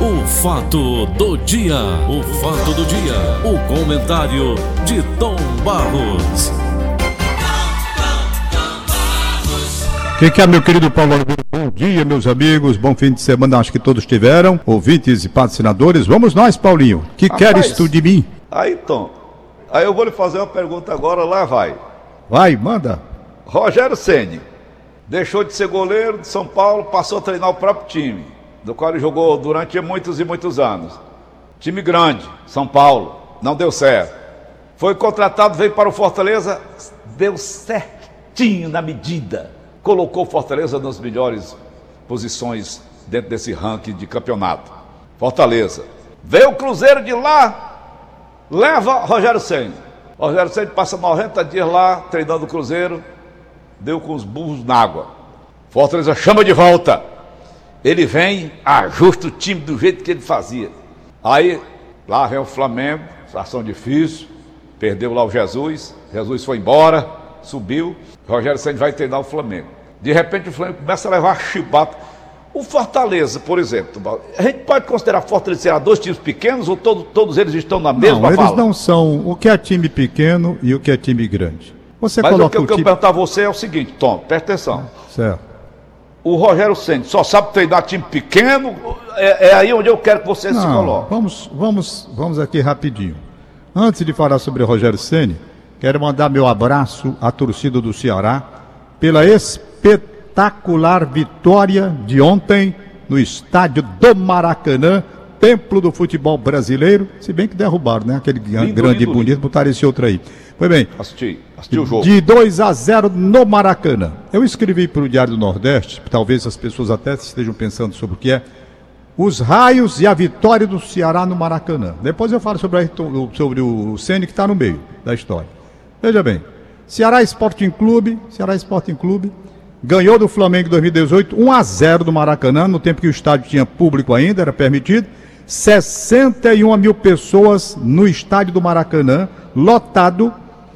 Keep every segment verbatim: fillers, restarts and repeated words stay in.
O fato do dia, o fato do dia, o comentário de Tom Barros. Quem que é, meu querido Paulo Oliveira? Bom dia, meus amigos, bom fim de semana, acho que todos tiveram, ouvintes e patrocinadores. Vamos nós, Paulinho, que Rapaz, queres tu de mim? Aí, Tom, aí eu vou lhe fazer uma pergunta agora, lá vai. Vai, manda. Rogério Ceni deixou de ser goleiro de São Paulo, passou a treinar o próprio time, do qual ele jogou durante muitos e muitos anos. Time grande, São Paulo, não deu certo. Foi contratado, veio para o Fortaleza, deu certinho na medida. Colocou o Fortaleza nas melhores posições dentro desse ranking de campeonato. Fortaleza. Veio o Cruzeiro de lá, leva Rogério Ceni. Rogério Ceni passa noventa dias lá, treinando o Cruzeiro, deu com os burros na água. Fortaleza chama de volta. Ele vem, ajusta o time do jeito que ele fazia. Aí, lá vem o Flamengo, situação difícil, perdeu lá o Jesus, Jesus foi embora, subiu, Rogério Ceni vai treinar o Flamengo. De repente o Flamengo começa a levar chibata. O Fortaleza, por exemplo, a gente pode considerar Fortaleza dois times pequenos ou todo, todos eles estão na mesma Não, eles vala? não são o que é time pequeno e o que é time grande. Você Mas coloca o que, o que eu time... perguntar a você é o seguinte, Tom, presta atenção. Certo. O Rogério Ceni só sabe treinar time pequeno, é, é aí onde eu quero que você Não, se coloque. Vamos, vamos, vamos aqui rapidinho. Antes de falar sobre o Rogério Ceni, quero mandar meu abraço à torcida do Ceará pela espetacular vitória de ontem no estádio do Maracanã, templo do futebol brasileiro, se bem que derrubaram, né? Aquele Lindo, grande e lindo, bonito, lindo. botaram esse outro aí. Foi bem. Assisti, assisti o jogo. De dois a zero no Maracanã. Eu escrevi para o Diário do Nordeste, talvez as pessoas até estejam pensando sobre o que é, os raios e a vitória do Ceará no Maracanã. Depois eu falo sobre, a, sobre o Ceni que está no meio da história. Veja bem, Ceará Sporting Clube, Ceará Sporting Clube, ganhou do Flamengo em dois mil e dezoito, um a zero do Maracanã, no tempo que o estádio tinha público ainda, era permitido. sessenta e uma mil pessoas no estádio do Maracanã, lotado.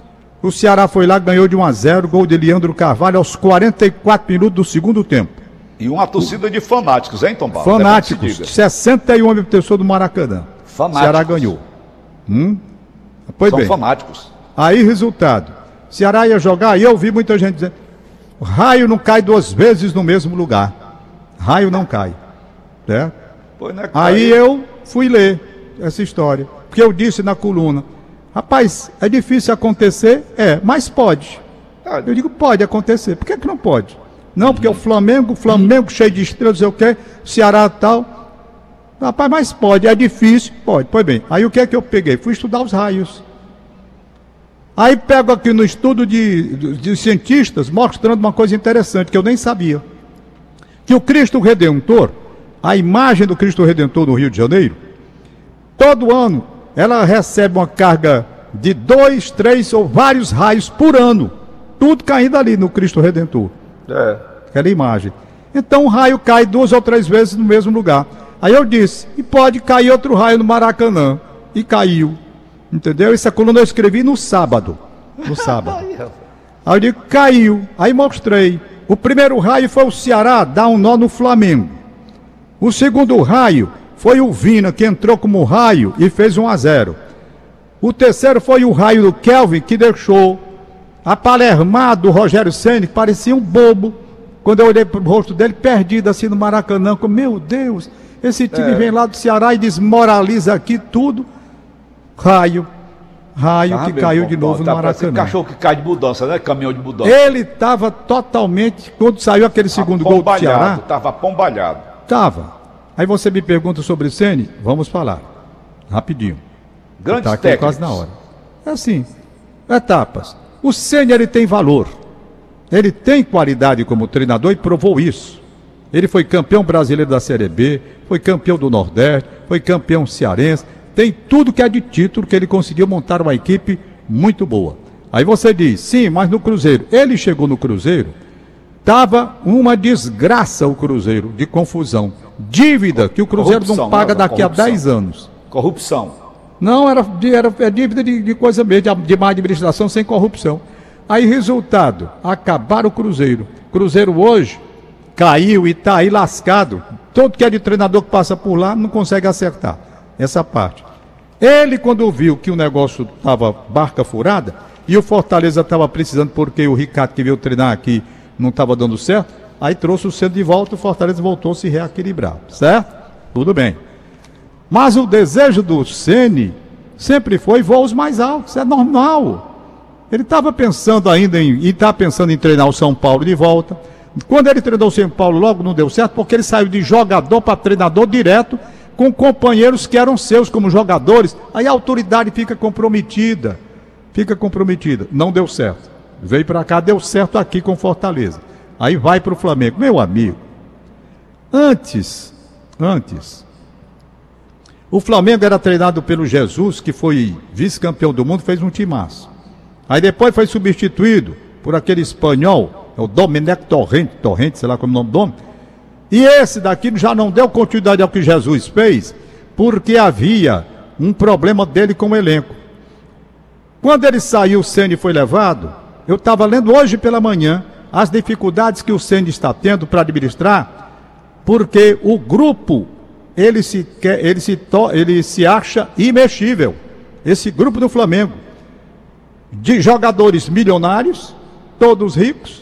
O Ceará foi lá, ganhou de um a zero, gol de Leandro Carvalho aos quarenta e quatro minutos do segundo tempo. E uma torcida de fanáticos, hein, Tom Barros? Fanáticos, sessenta e uma mil pessoas do Maracanã. Fanáticos. Ceará ganhou. Hum? Pois São bem. fanáticos. Aí, resultado. Ceará ia jogar, e eu vi muita gente dizendo, raio não cai duas vezes no mesmo lugar. Raio não cai. Certo? Pois não é que Aí tá eu fui ler essa história, porque eu disse na coluna, rapaz, é difícil acontecer? É, mas pode. Ah, Eu digo, pode acontecer. Por que que não pode? Não, porque o Flamengo, Flamengo cheio de estrelas, não sei o quê, Ceará tal. Rapaz, mas pode, é difícil, pode. Pois bem, aí o que é que eu peguei? Fui estudar os raios. Aí pego aqui no estudo de, de, de cientistas, mostrando uma coisa interessante, que eu nem sabia. Que o Cristo Redentor, a imagem do Cristo Redentor no Rio de Janeiro, todo ano ela recebe uma carga de dois, três ou vários raios por ano. Tudo caindo ali no Cristo Redentor. É. Aquela imagem. Então o raio cai duas ou três vezes no mesmo lugar. Aí eu disse, e pode cair outro raio no Maracanã. E caiu. Entendeu? Essa coluna eu escrevi no sábado. No sábado. Aí eu digo, caiu. Aí mostrei. O primeiro raio foi o Ceará dar um nó no Flamengo. O segundo raio foi o Vina, que entrou como raio e fez um a zero. O terceiro foi o raio do Kelvin, que deixou a palermada do Rogério Ceni, que parecia um bobo. Quando eu olhei para o rosto dele, perdido assim no Maracanã, com meu Deus, esse time É. vem lá do Ceará e desmoraliza aqui tudo. Raio, raio Tá que mesmo, caiu Tom de novo Barros, no tá parecendo Maracanã. cachorro que cai de mudança, né? Caminhão de mudança. Ele estava totalmente, quando saiu aquele segundo gol do Ceará, Tava pombalhado. estava. Aí você me pergunta sobre o Ceni, vamos falar, rapidinho. Grandes Tá aqui técnicos. quase na hora. É assim, etapas. O Ceni, ele tem valor. Ele tem qualidade como treinador e provou isso. Ele foi campeão brasileiro da Série B, foi campeão do Nordeste, foi campeão cearense. Tem tudo que é de título que ele conseguiu montar uma equipe muito boa. Aí você diz, sim, mas no Cruzeiro. Ele chegou no Cruzeiro, estava uma desgraça o Cruzeiro, de confusão. Dívida que o Cruzeiro Corrupção, não paga né? daqui a Corrupção. dez anos. Corrupção. Não, era, era, era dívida de, de coisa mesmo, de, de má administração sem corrupção. Aí, resultado, acabaram o Cruzeiro. Cruzeiro hoje caiu e está aí lascado. Todo que é de treinador que passa por lá não consegue acertar essa parte. Ele, quando viu que o negócio estava barca furada e o Fortaleza estava precisando porque o Ricardo que veio treinar aqui não estava dando certo, aí trouxe o Ceni de volta, o Fortaleza voltou a se reequilibrar, certo? Tudo bem. Mas o desejo do Ceni sempre foi voos mais altos, é normal. Ele estava pensando ainda em, e está pensando em treinar o São Paulo de volta. Quando ele treinou o São Paulo logo não deu certo, porque ele saiu de jogador para treinador direto, com companheiros que eram seus como jogadores, aí a autoridade fica comprometida, fica comprometida, não deu certo, veio para cá, deu certo aqui com Fortaleza, aí vai para o Flamengo. Meu amigo, antes, antes, o Flamengo era treinado pelo Jesus, que foi vice-campeão do mundo, fez um timaço, aí depois foi substituído por aquele espanhol, o Domenech Torrente, Torrente, sei lá como é o nome do homem. E esse daqui já não deu continuidade ao que Jesus fez, porque havia um problema dele com o elenco. Quando ele saiu, o Ceni foi levado, eu estava lendo hoje pela manhã as dificuldades que o Ceni está tendo para administrar, porque o grupo, ele se, quer, ele, se to, ele se acha imexível, esse grupo do Flamengo, de jogadores milionários, todos ricos,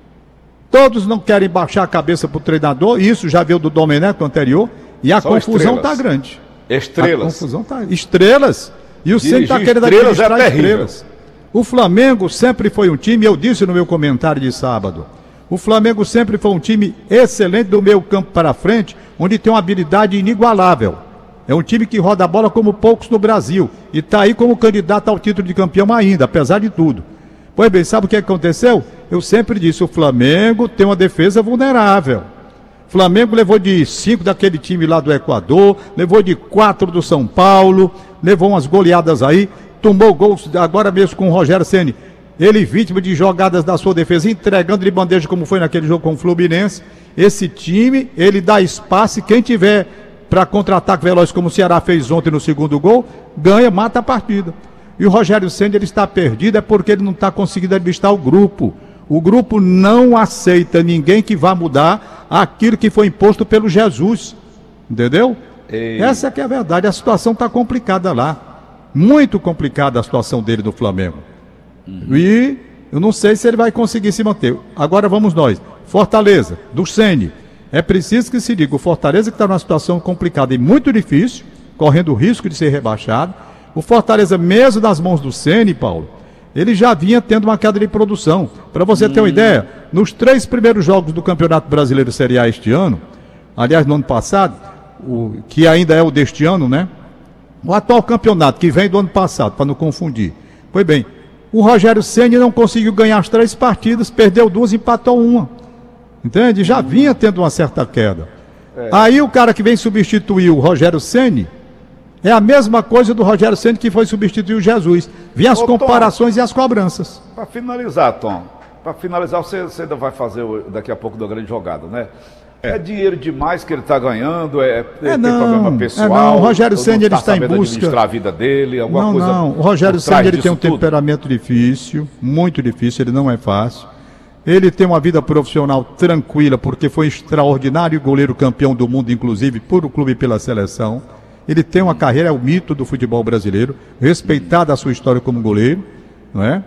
todos não querem baixar a cabeça para o treinador, e isso já veio do Domenech anterior, e a Só confusão está grande. Estrelas. A confusão tá... Estrelas. E o Ceni está querendo administrar é estrelas. O Flamengo sempre foi um time, eu disse no meu comentário de sábado, o Flamengo sempre foi um time excelente do meio campo para frente, onde tem uma habilidade inigualável. É um time que roda a bola como poucos no Brasil, e está aí como candidato ao título de campeão ainda, apesar de tudo. Pois bem, sabe o que aconteceu? Eu sempre disse, o Flamengo tem uma defesa vulnerável. O Flamengo levou de cinco daquele time lá do Equador, levou de quatro do São Paulo, levou umas goleadas aí, tomou gols agora mesmo com o Rogério Ceni. Ele vítima de jogadas da sua defesa, entregando de bandeja como foi naquele jogo com o Fluminense. Esse time, ele dá espaço e quem tiver para contra-ataque veloz como o Ceará fez ontem no segundo gol, ganha, mata a partida. E o Rogério Ceni, ele está perdido, é porque ele não está conseguindo administrar o grupo. O grupo não aceita ninguém que vá mudar aquilo que foi imposto pelo Jesus. Entendeu? Ei. Essa é que é a verdade. A situação está complicada lá. Muito complicada a situação dele no Flamengo. Uhum. E eu não sei se ele vai conseguir se manter. Agora vamos nós. Fortaleza, do Ceni. É preciso que se diga, o Fortaleza que está numa situação complicada e muito difícil, correndo o risco de ser rebaixado. O Fortaleza, mesmo nas mãos do Ceni, Paulo, ele já vinha tendo uma queda de produção. Para você hum. ter uma ideia, nos três primeiros jogos do Campeonato Brasileiro Série A este ano, aliás, no ano passado, o, que ainda é o deste ano, né? O atual campeonato, que vem do ano passado, para não confundir. Pois bem, o Rogério Ceni não conseguiu ganhar as três partidas, perdeu duas e empatou uma. Entende? Já vinha tendo uma certa queda. É. Aí o cara que vem substituir o Rogério Ceni, é a mesma coisa do Rogério Ceni que foi substituir o Jesus. Vêm as Ô, comparações Tom, e as cobranças. Para finalizar, Tom, para finalizar, você, você ainda vai fazer daqui a pouco da grande jogada, né? É, é dinheiro demais que ele está ganhando, é, é não, tem problema pessoal. É não. O Rogério Ceni ele está em busca administrar a vida dele, alguma não, coisa. Não, o Rogério Ceni ele tem um tudo. temperamento difícil, muito difícil, ele não é fácil. Ele tem uma vida profissional tranquila, porque foi extraordinário goleiro campeão do mundo, inclusive por o clube e pela seleção. Ele tem uma carreira, é o mito do futebol brasileiro, respeitada a sua história como goleiro, não é?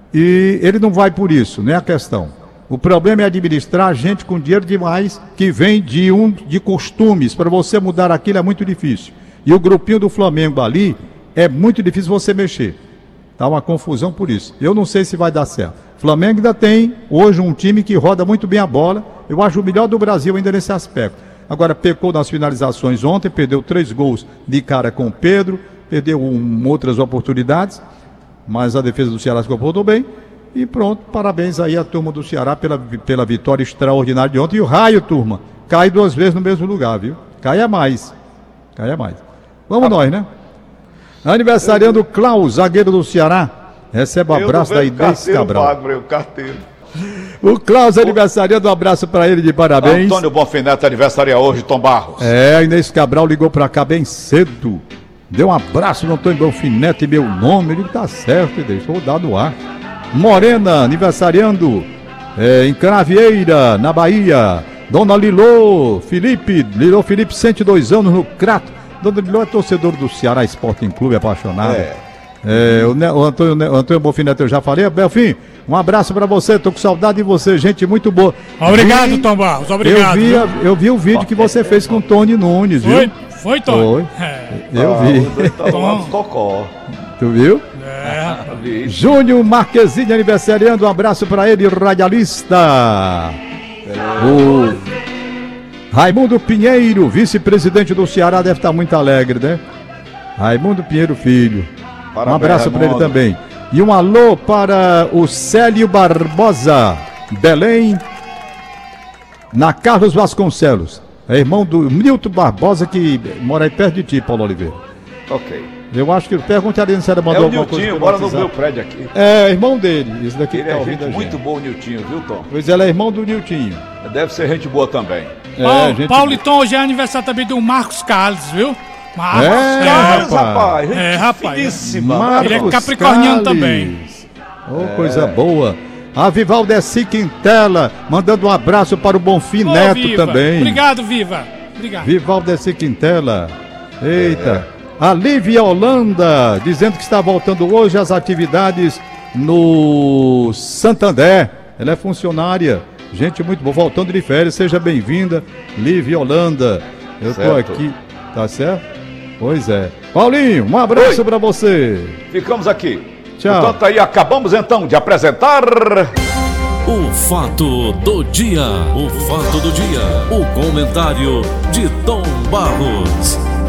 E ele não vai por isso, não é a questão. O problema é administrar gente com dinheiro demais, que vem de, um, de costumes. Para você mudar aquilo é muito difícil. E o grupinho do Flamengo ali, é muito difícil você mexer. Está uma confusão por isso. Eu não sei se vai dar certo. O Flamengo ainda tem hoje um time que roda muito bem a bola. Eu acho o melhor do Brasil ainda nesse aspecto. Agora pecou nas finalizações ontem, perdeu três gols de cara com o Pedro, perdeu um, outras oportunidades, mas a defesa do Ceará se comportou bem. E pronto, parabéns aí à turma do Ceará pela, pela vitória extraordinária de ontem. E o Raio, turma, cai duas vezes no mesmo lugar, viu? Cai a mais. Cai a mais. Vamos ah, nós, né? Aniversariando o Klaus, zagueiro do Ceará. Recebe o um abraço da Inês Cabral. Magro, eu, carteiro. O Klaus aniversariando, um abraço para ele de parabéns. Antônio Bonfineto aniversaria hoje, Tom Barros. É, a Inês Cabral ligou para cá bem cedo. Deu um abraço no Antônio Bonfineto e meu nome. Ele tá certo e deixou dar no ar. Morena aniversariando é, em Canavieira, na Bahia. Dona Lilô Felipe, Lilô Felipe, cento e dois anos no Crato. Dona Lilô é torcedor do Ceará Sporting Clube, apaixonado. É. É, o, ne- o Antônio, ne- o Antônio Bonfineto eu já falei. Belfim, um abraço pra você, tô com saudade de você, gente muito boa. Obrigado, Vi- Tom Barros, obrigado. Eu vi, a- eu vi o vídeo que você fez com o Tony Nunes, viu? Foi, foi, Tom? Foi. É, Eu Ah, vi. os dois tão lá no Cocó. Tu viu? é, rapaz. Vi. Júnior Marquezine aniversariando, um abraço pra ele, radialista. O Raimundo Pinheiro, vice-presidente do Ceará, deve estar muito alegre, né? Raimundo Pinheiro Filho. Parabéns, Um abraço para ele Raimundo. também. E um alô para o Célio Barbosa, Belém, na Carlos Vasconcelos. É irmão do Milton Barbosa, que mora aí perto de ti, Paulo Oliveira. Ok. Eu acho que pergunta ali se ela É mandou o alguma coisa. Niltinho, pelo mora no WhatsApp. meu prédio aqui. É, irmão dele. Isso daqui Ele que tá é ouvindo gente a gente. muito boa, o Niltinho, viu, Tom? Pois ela é irmão do Niltinho. Deve ser gente boa também. É, Paulo, gente... Paulo e Tom, hoje é aniversário também do Marcos Carlos, viu? Marcos. É, Carlos, rapaz. rapaz, gente É, rapaz. finíssima. Marcos Ele é capricorniano Calles. também. Oh, coisa boa. A Vivaldo é Quintela, mandando um abraço para o Bonfim Ô, Neto Viva. também. Obrigado, Viva. Obrigado. Vivaldo é Quintela. Eita. A Lívia Holanda, dizendo que está voltando hoje às atividades no Santander. Ela é funcionária. Gente muito boa, voltando de férias. Seja bem-vinda, Lívia Holanda. Eu tô Certo. aqui, tá certo? Pois é. Paulinho, um abraço Oi. para você. Ficamos aqui. Tchau. Portanto, aí acabamos então de apresentar. O fato do dia. O fato do dia. O comentário de Tom Barros.